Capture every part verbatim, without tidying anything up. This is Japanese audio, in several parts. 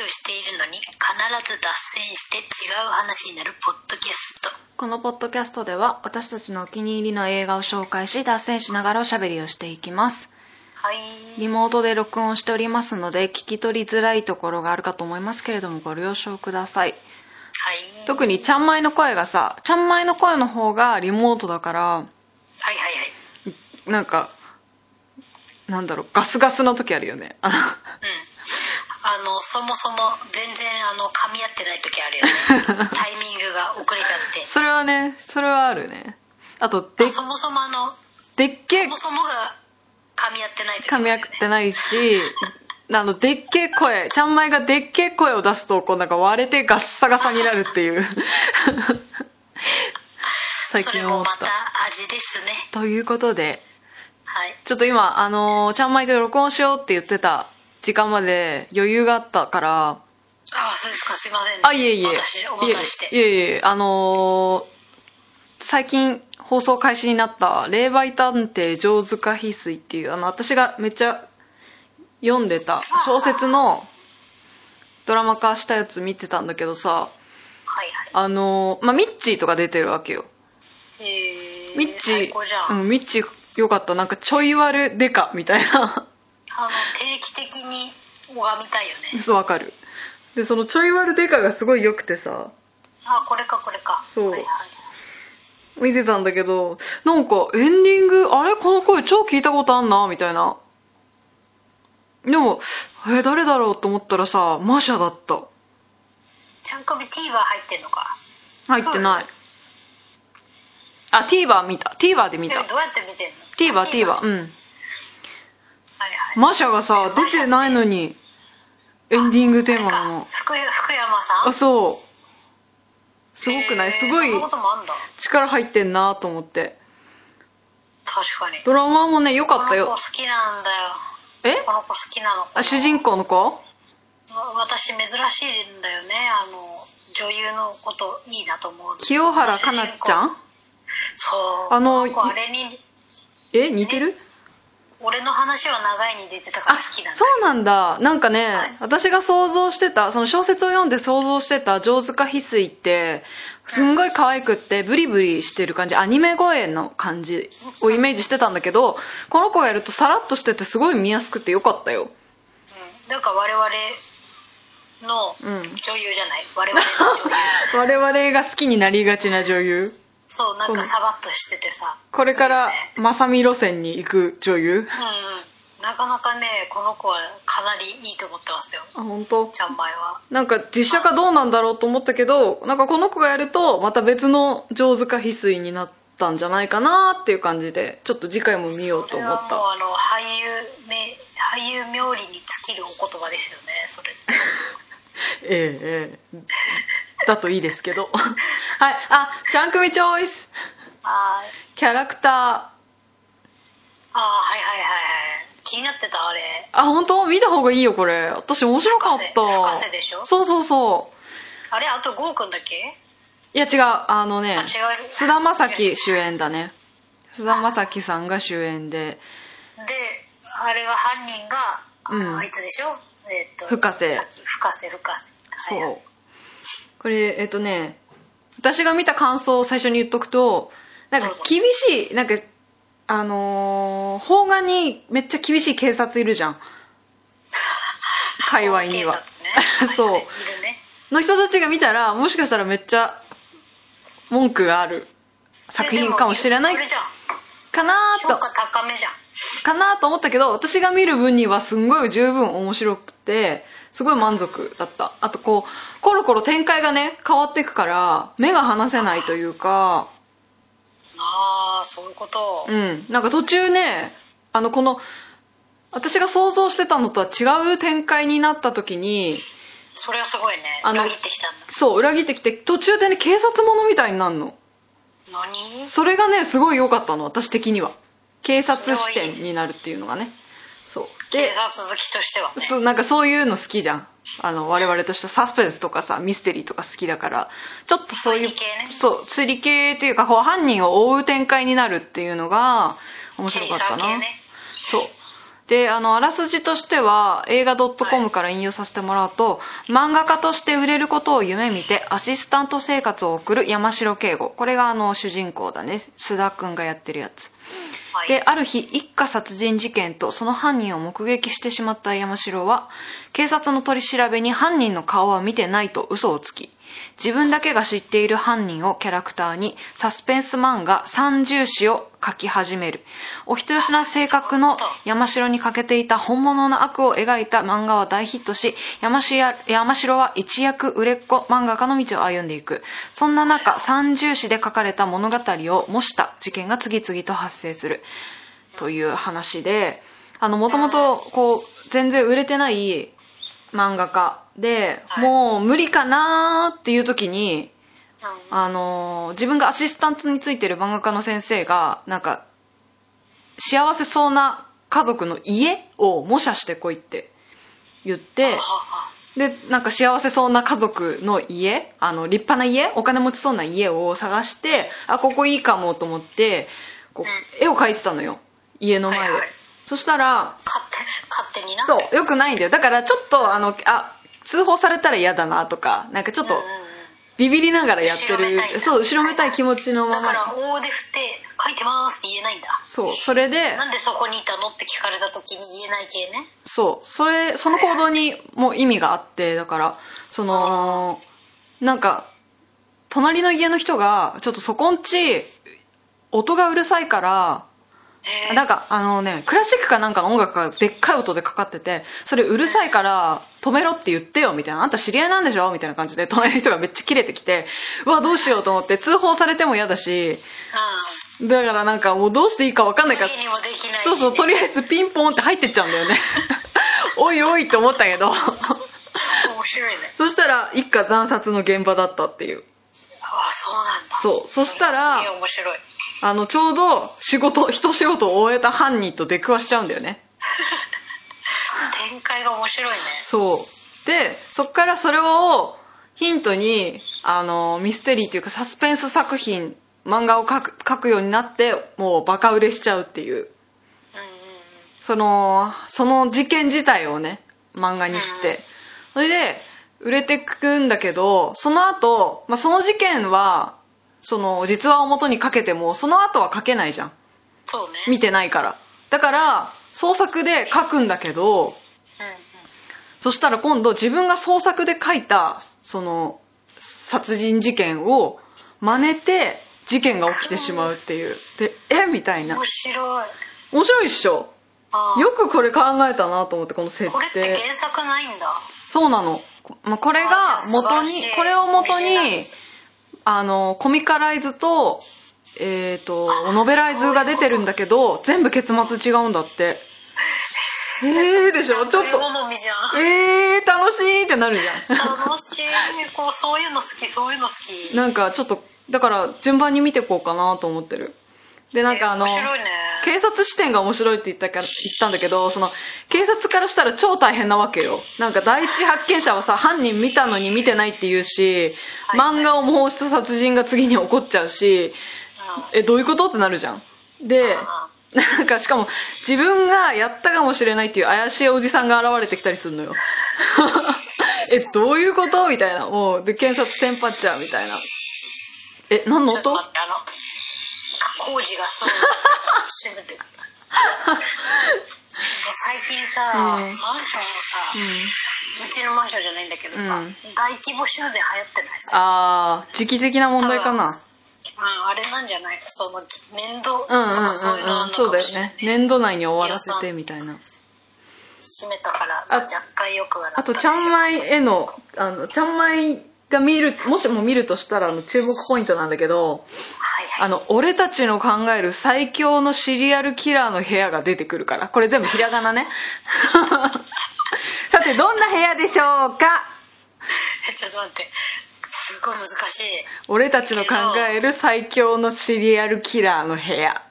をしているのに必ず脱線して違う話になるポッドキャスト。 このポッドキャストでは私たちのお気に入りの映画を紹介し脱線しながらおしゃべりをしていきます。 はい。 リモートで録音しておりますので聞き取りづらいところがあるかと思いますけれどもご了承ください。 はい。 特にちゃんまいの声がさ、ちゃんまいの声の方がリモートだから、 はいはいはい。 なんかなんだろうガスガスの時あるよね。うん。 あのそもそも全然あの噛み合ってない時あるよね。タイミングが遅れちゃって。 それはね、それはあるね。あとであそもそもあのでっけえそもそもが噛み合ってない時も噛み合ってないし、あのでっけえ声、ちゃんまいがでっけえ声を出すとこうなんか割れてガッサガサになるっていう最近思った。 それもまた味ですね。 ということで、 はい、 ちょっと今あのちゃんまいで録音しようって言ってた時間まで余裕があったから、 ああそうですか、すいませんね。 あいえいえ、 私お待たせして。 いえいえ、あのー、最近放送開始になった霊媒探偵城塚翡翠っていうあの私がめっちゃ読んでた小説のドラマ化したやつ見てたんだけどさ、 はいはい、 あのー、まあミッチーとか出てるわけよ。 へー、 ミッチー、 最高じゃん。 うん、ミッチーよかった。なんかちょい悪デカみたいなあの定期的に拝みたいよね。 そうわかる。でそのちょい悪デカがすごい良くてさ、 あこれかこれか、 そう、 はいはい、 見てたんだけど、なんかエンディングあれこの声超聞いたことあんなみたいな。でもえー、誰だろうと思ったらさ、マシャだった。 ちゃんこび TVer 入ってんのか。 入ってない。あ TVer 見た。 TVer で見た。 どうやって見てんの。 TVer TVer うん、はいはい、 ママシャがさ出てないのにエンディングテーマなの。 福, 福山さん。 あそうすごくない、すごい力入ってんなと思って。 確かに。 ドラマもね良かったよ。 この子好きなんだよ。 えこの子好きなの。 あ主人公の子。 私珍しいんだよね、あの女優のこといいなと思う。 清原かなちゃん。 そうあのあれにえ似てる、ね、 俺の話は長いに出てたから好きなんだ。 そうなんだ。なんかね、 はい、 私が想像してたその小説を読んで想像してた城塚翡翠ってすんごい可愛くってブリブリしてる感じ、アニメ声の感じをイメージしてたんだけど、この子がやるとサラッとしててすごい見やすくてよかったよ。 うん、なんか我々の女優じゃない、うん、我々の女優我々が好きになりがちな女優。 そう、なんかサバッとしててさ、 これからまさみ路線に行く女優。うんうん、 なかなかね、この子はかなりいいと思ってますよ。 あ、本当？ ちゃんまいはなんか実写化どうなんだろうと思ったけど、なんかこの子がやるとまた別の城塚翡翠になったんじゃないかなっていう感じで、ちょっと次回も見ようと思った。 それはもうあの俳優め俳優冥利に尽きるお言葉ですよね、それええええだといいですけどはい、あ、ちゃん組チョイス。 はい。 キャラクター。あ、 はいはいはいはい。気になってたあれ。 あ、本当？見た方がいいよこれ。私面白かった。 博士でしょ。 そうそうそう。 あれあとゴーくんだっけ？ いや違う、あのね、菅田将暉主演だね。菅田将暉さんが主演で。で、 あれが犯人が、 うん、 あいつでしょ。えっと深瀬。 深瀬深瀬。 そう。これえっとね、私が見た感想を最初に言っとくと、なんか厳しい、なんかあのー、邦画にめっちゃ厳しい警察いるじゃん。界隈には。ね、そう。はいはい、いるね。の人たちが見たらもしかしたらめっちゃ文句がある作品かもしれないかなと。 評価高めじゃん。 かなと思ったけど、私が見る分にはすんごい十分面白くてすごい満足だった。あとこうコロコロ展開がね変わっていくから目が離せないというか。 ああ、そういうこと。 うん、なんか途中ね、あのこの私が想像してたのとは違う展開になった時に、 それはすごいね。裏切ってきたんだ。 そう、裏切ってきて途中でね警察ものみたいになるの。 何？ それがねすごい良かったの、私的には。警察視点になるっていうのがね。そうで、警察好きとしてはね。 そう、なんかそういうの好きじゃん。あの我々としてはサスペンスとかさミステリーとか好きだから、ちょっとそういう推理系ね。そう、推理系っていうかこう犯人を追う展開になるっていうのが面白かったな。ね、そう。 であのあらすじとしては映画 .com から引用させてもらうと、漫画家として売れることを夢見てアシスタント生活を送る山城圭吾、これがあの主人公だね、須田くんがやってるやつで、ある日一家殺人事件とその犯人を目撃してしまった山城は警察の取り調べに犯人の顔は見てないと嘘をつき、自分だけが知っている犯人をキャラクターにサスペンス漫画三重詩を書き始める。お人よしな性格の山城に欠けていた本物の悪を描いた漫画は大ヒットし、山城山城は一躍売れっ子漫画家の道を歩んでいく。そんな中、三重詩で書かれた物語を模した事件が次々と発生するという話で、あのもともとこう全然売れてない漫画家で、もう無理かなーっていう時に、あのー、自分がアシスタントについてる漫画家の先生がなんか幸せそうな家族の家を模写してこいって言って、でなんか幸せそうな家族の家、あの立派な家、お金持ちそうな家を探して、あここいいかもと思ってこう絵を描いてたのよ、家の前で、はいはい、そしたら勝手、勝手にな、 そうよくないんだよ。だからちょっとあのあ通報されたら嫌だなとか、なんかちょっとビビりながらやってる、そう後ろめたい気持ちのまま、 だから大手振って書いてますって言えないんだ。 そうそれでなんでそこにいたのって聞かれた時に言えない系ね。 そうそれその行動にも意味があって、だからそのなんか隣の家の人がちょっとそこんち音がうるさいから、なんかあのねクラシックかなんかの音楽がでっかい音でかかってて、それうるさいから止めろって言ってよみたいな、あんた知り合いなんでしょみたいな感じで隣の人がめっちゃキレてきて、うわどうしようと思って、通報されても嫌だし、うん、だからなんかもうどうしていいか分かんないから、そうそうとりあえずピンポンって入ってっちゃうんだよねおいおいって思ったけど面白いね。 そしたら一家惨殺の現場だったっていう。 ああそうなんだ。 そうそしたらすげえ面白い。 あのちょうど仕事一仕事を終えた犯人と出くわしちゃうんだよね展開が面白いね。 そうでそっからそれをヒントにあのミステリーというかサスペンス作品漫画を描く、描くようになってもうバカ売れしちゃうっていう、うんうんうん、そのその事件自体をね漫画にして、うんうん、それで売れてくんだけど、その後、まあ、その事件はその実話を元に書けてもその後は書けないじゃん。 そうね。 見てないから。だから創作で書くんだけど、うんうん、そしたら今度自分が創作で書いたその殺人事件を真似て事件が起きてしまうっていう。で、えみたいな。 面白い。 面白いっしょ。よくこれ考えたなと思って、この設定。 これって原作ないんだ。 そうなの。まあ、これが元に、これを元にあのコミカライズとえっ、ー、とノベライズが出てるんだけど、全部結末違うんだって。えーでしょ、ちょっとえー楽しいってなるじゃん。楽しい。こうそういうの好き、そういうの好き。 なんかちょっとだから順番に見てこうかなと思ってる。でなんかあの、 面白いね、 警察視点が面白いって言ったから言ったんだけど、その警察からしたら超大変なわけよ。なんか第一発見者はさ、犯人見たのに見てないって言うし、漫画を模倣した殺人が次に起こっちゃうし、えどういうことってなるじゃん。でなんかしかも自分がやったかもしれないっていう怪しいおじさんが現れてきたりするのよえどういうことみたいな。もうで検察テンパっちゃうみたいな。え何の音？ ちょっと待って、あの工事がそう閉めてる最近さ、うん、マンションをさ、うん、うちのマンションじゃないんだけどさ、うん、大規模修繕流行ってない？ あー時期的な問題かな。 あ, あれなんじゃないか、その年度とかそういうのあるのかもしれない、ね、 そうだよね、年度内に終わらせてみたいな。 閉めたから若干よくはなった。 あとちゃんまいへのあのちゃんまいが見る、もしも見るとしたらあの注目ポイントなんだけど、はいはい、あの俺たちの考える最強のシリアルキラーの部屋が出てくるから、これ全部ひらがなねさてどんな部屋でしょうかちょっと待って、すごい難しい。 俺たちの考える最強のシリアルキラーの部屋。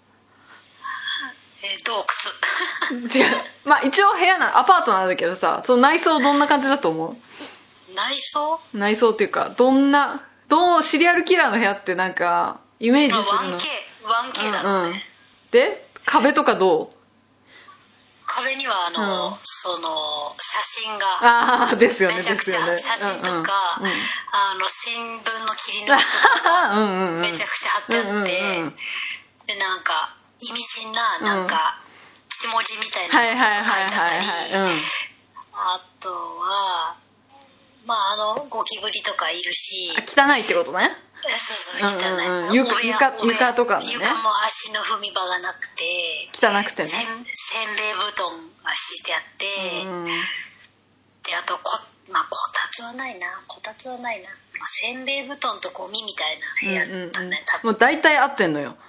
えー、洞窟違う、まあ一応部屋なアパートなんだけどさ、その内装どんな感じだと思う？ 内装内装っていうかどんな、どうシリアルキラーの部屋ってなんかイメージするのワンケー ワンケー だろうね、うんうん、 で壁とかどう？ 壁にはあの、うん、その写真がああですよねめちゃくちゃ、 ね、 写真とか、うんうん、あの新聞の切り抜きとかめちゃくちゃ貼ってあって、うんうんうん、でなんか意味深ななんか血文字みたいなのが書いてあったり、あとはまああのゴキブリとかいるし、 汚いってことね。 そうそう汚い、 うんうん、床, 床, 床とかね、 床も足の踏み場がなくて汚くてね、 せんせんべい布団が敷いてあって、うん、であとこ、まあ、こたつはないなこたつはないな、まあ、せんべい布団とゴミみたいな部屋だったね、うんうんうん、多分もう大体合ってんのよ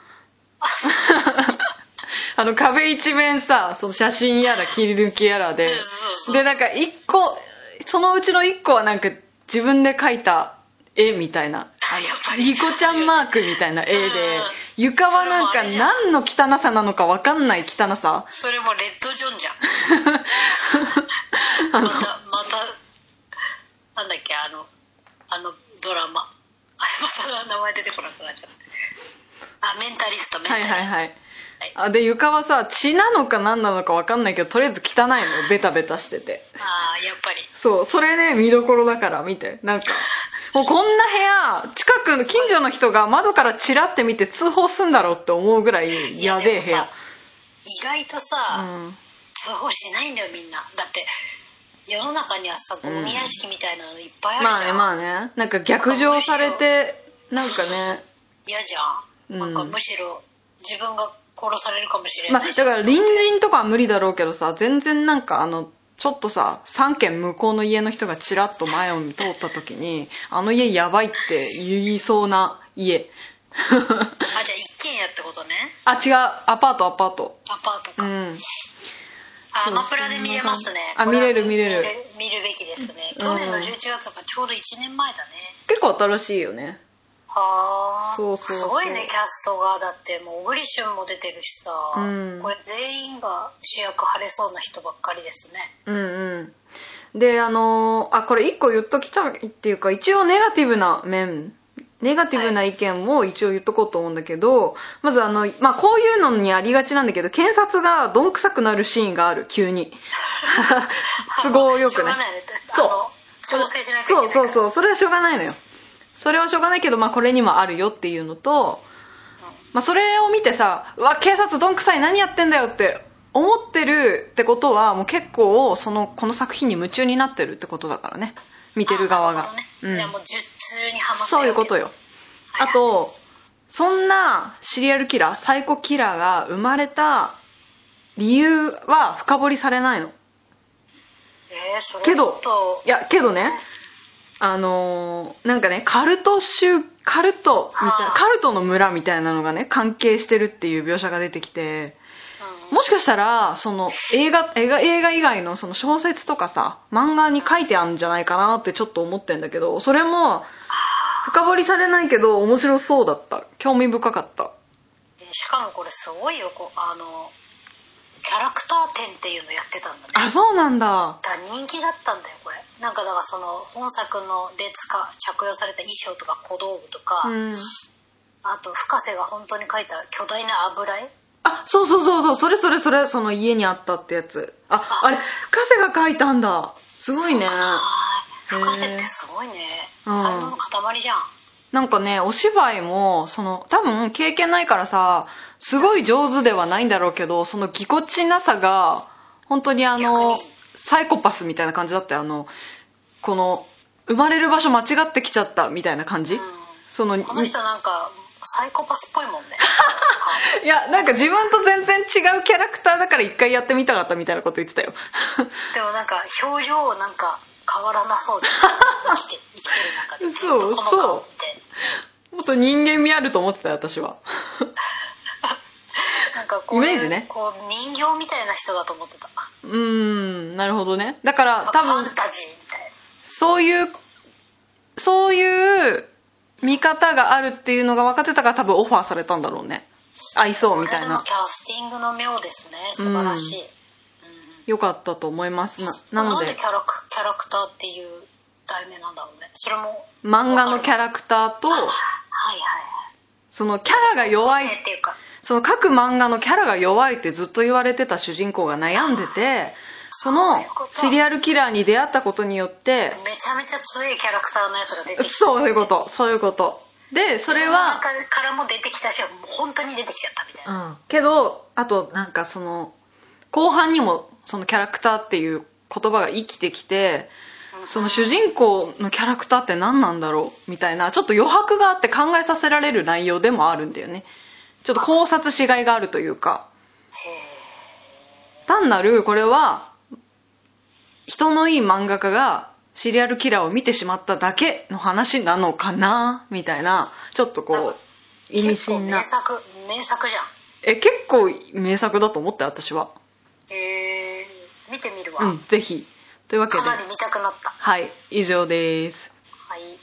あの壁一面さその写真やら切り抜きやらで、そうそうそう、でなんか一個そのうちの一個はなんか自分で描いた絵みたいなリコちゃんマークみたいな絵で、床はなんか何の汚さなのか分かんない汚さ。 それもレッドジョンじゃんまたまたなんだっけあのあのドラマまた名前出てこなくなっちゃったあメンタリストメンタリスト、はいはいはい、 あで床はさ血なのか何なのか分かんないけどとりあえず汚いのベタベタしてて、 ああやっぱりそうそれね見どころだから見てなんかもうこんな部屋近くの近所の人が窓からチラって見て通報すんだろうって思うぐらいやべえ部屋。 意外とさ、うん、通報しないんだよみんな。だって世の中にはさゴミ屋敷みたいなのいっぱいあるじゃん、 うん、まあねまあねなんか逆上されてなんかね嫌じゃん、なんかむしろ自分が殺されるかもしれない、 まあ、だから隣人とかは無理だろうけどさ全然なんかあのちょっとささん軒向こうの家の人がチラッと前を通った時にあの家やばいって言いそうな家あじゃあ一軒家ってことね。 あ違うアパートアパートアパートか、うん、あアマプラで見れますね。 あ見れる見れる見るべきですね、うん、去年のじゅういちがつとかちょうどいちねんまえだね。 結構新しいよね。 はあそうそうそうすごいねキャストがだってもう小栗旬も出てるしさ、うん、これ全員が主役張れそうな人ばっかりですね。 うんうんであのー、あこれ一個言っときたいっていうか一応ネガティブな面ネガティブな意見も一応言っとこうと思うんだけど、はい、まずあの、まあ、こういうのにありがちなんだけど検察がどんくさくなるシーンがある急に都合よくねそう調整しなきゃいけないそうそうそうそれはしょうがないのよ。それはしょうがないけど、まあ、これにもあるよっていうのと、まあ、それを見てさうわ警察どんくさい何やってんだよって思ってるってことはもう結構そのこの作品に夢中になってるってことだからね見てる側が、 ねうん、じゃあもう術中にハマってるそういうことよ、はいはい、あとそんなシリアルキラーサイコキラーが生まれた理由は深掘りされないの。 えー、それちょっとけどいやけどねあのー、なんかねカルト宗カルトみたいなカルトの村みたいなのがね関係してるっていう描写が出てきて、うん、もしかしたらその映画映画映画以外のその小説とかさ漫画に書いてあるんじゃないかなってちょっと思ってんだけどそれも深掘りされないけど面白そうだった興味深かった。 しかもこれすごいよこあのキャラクター展っていうのやってたんだね。 あそうなんだ。 だ人気だったんだよこれ。なんかだからその本作ので使着用された衣装とか小道具とか、うん、あと深瀬が本当に描いた巨大な油絵あそうそうそうそうそれそれそれその家にあったってやつ あ, あ, あれ深瀬が描いたんだすごいね。 深瀬ってすごいね才能の塊じゃん。 なんかねお芝居もその多分経験ないからさすごい上手ではないんだろうけどそのぎこちなさが本当にあのサイコパスみたいな感じだったよ。あのこの生まれる場所間違ってきちゃったみたいな感じ、うん、そのこの人なんかサイコパスっぽいもんねいやなんか自分と全然違うキャラクターだから一回やってみたかったみたいなこと言ってたよでもなんか表情なんか変わらなそうじゃん生きて生きてる中でずっとこの顔ってもっと人間味あると思ってたよ私はなんかこういうイメージねこう人形みたいな人だと思ってた。 うーんなるほどね。だから多分ファンタジーみたいなそういうそういう見方があるっていうのが分かってたから多分オファーされたんだろうね。合いそうみたいな。 それでもキャスティングの妙ですね素晴らしい、うんうん、 よかったと思います。 な, なのでなんでキャラク、キャラクターっていう題名なんだろうね。それも漫画のキャラクターと、はいはいはい、 そのキャラが弱いその各漫画のキャラが弱いってずっと言われてた主人公が悩んでて、そのシリアルキラーに出会ったことによってめちゃめちゃ強いキャラクターのやつが出てきた。 そういうことそういうことで、それは中からも出てきたし、もう本当に出てきちゃったみたいな、 うん、けどあとなんかその後半にもそのキャラクターっていう言葉が生きてきて、その主人公のキャラクターって何なんだろうみたいなちょっと余白があって考えさせられる内容でもあるんだよね。ちょっと考察しがいがあるというか、単なるこれは人のいい漫画家がシリアルキラーを見てしまっただけの話なのかなみたいな、ちょっとこう意味深な。 名作名作じゃん。 え結構名作だと思って私は。 へえ、見てみるわ。 うん、ぜひ。というわけでかなり見たくなった。 はい、以上です。 はい。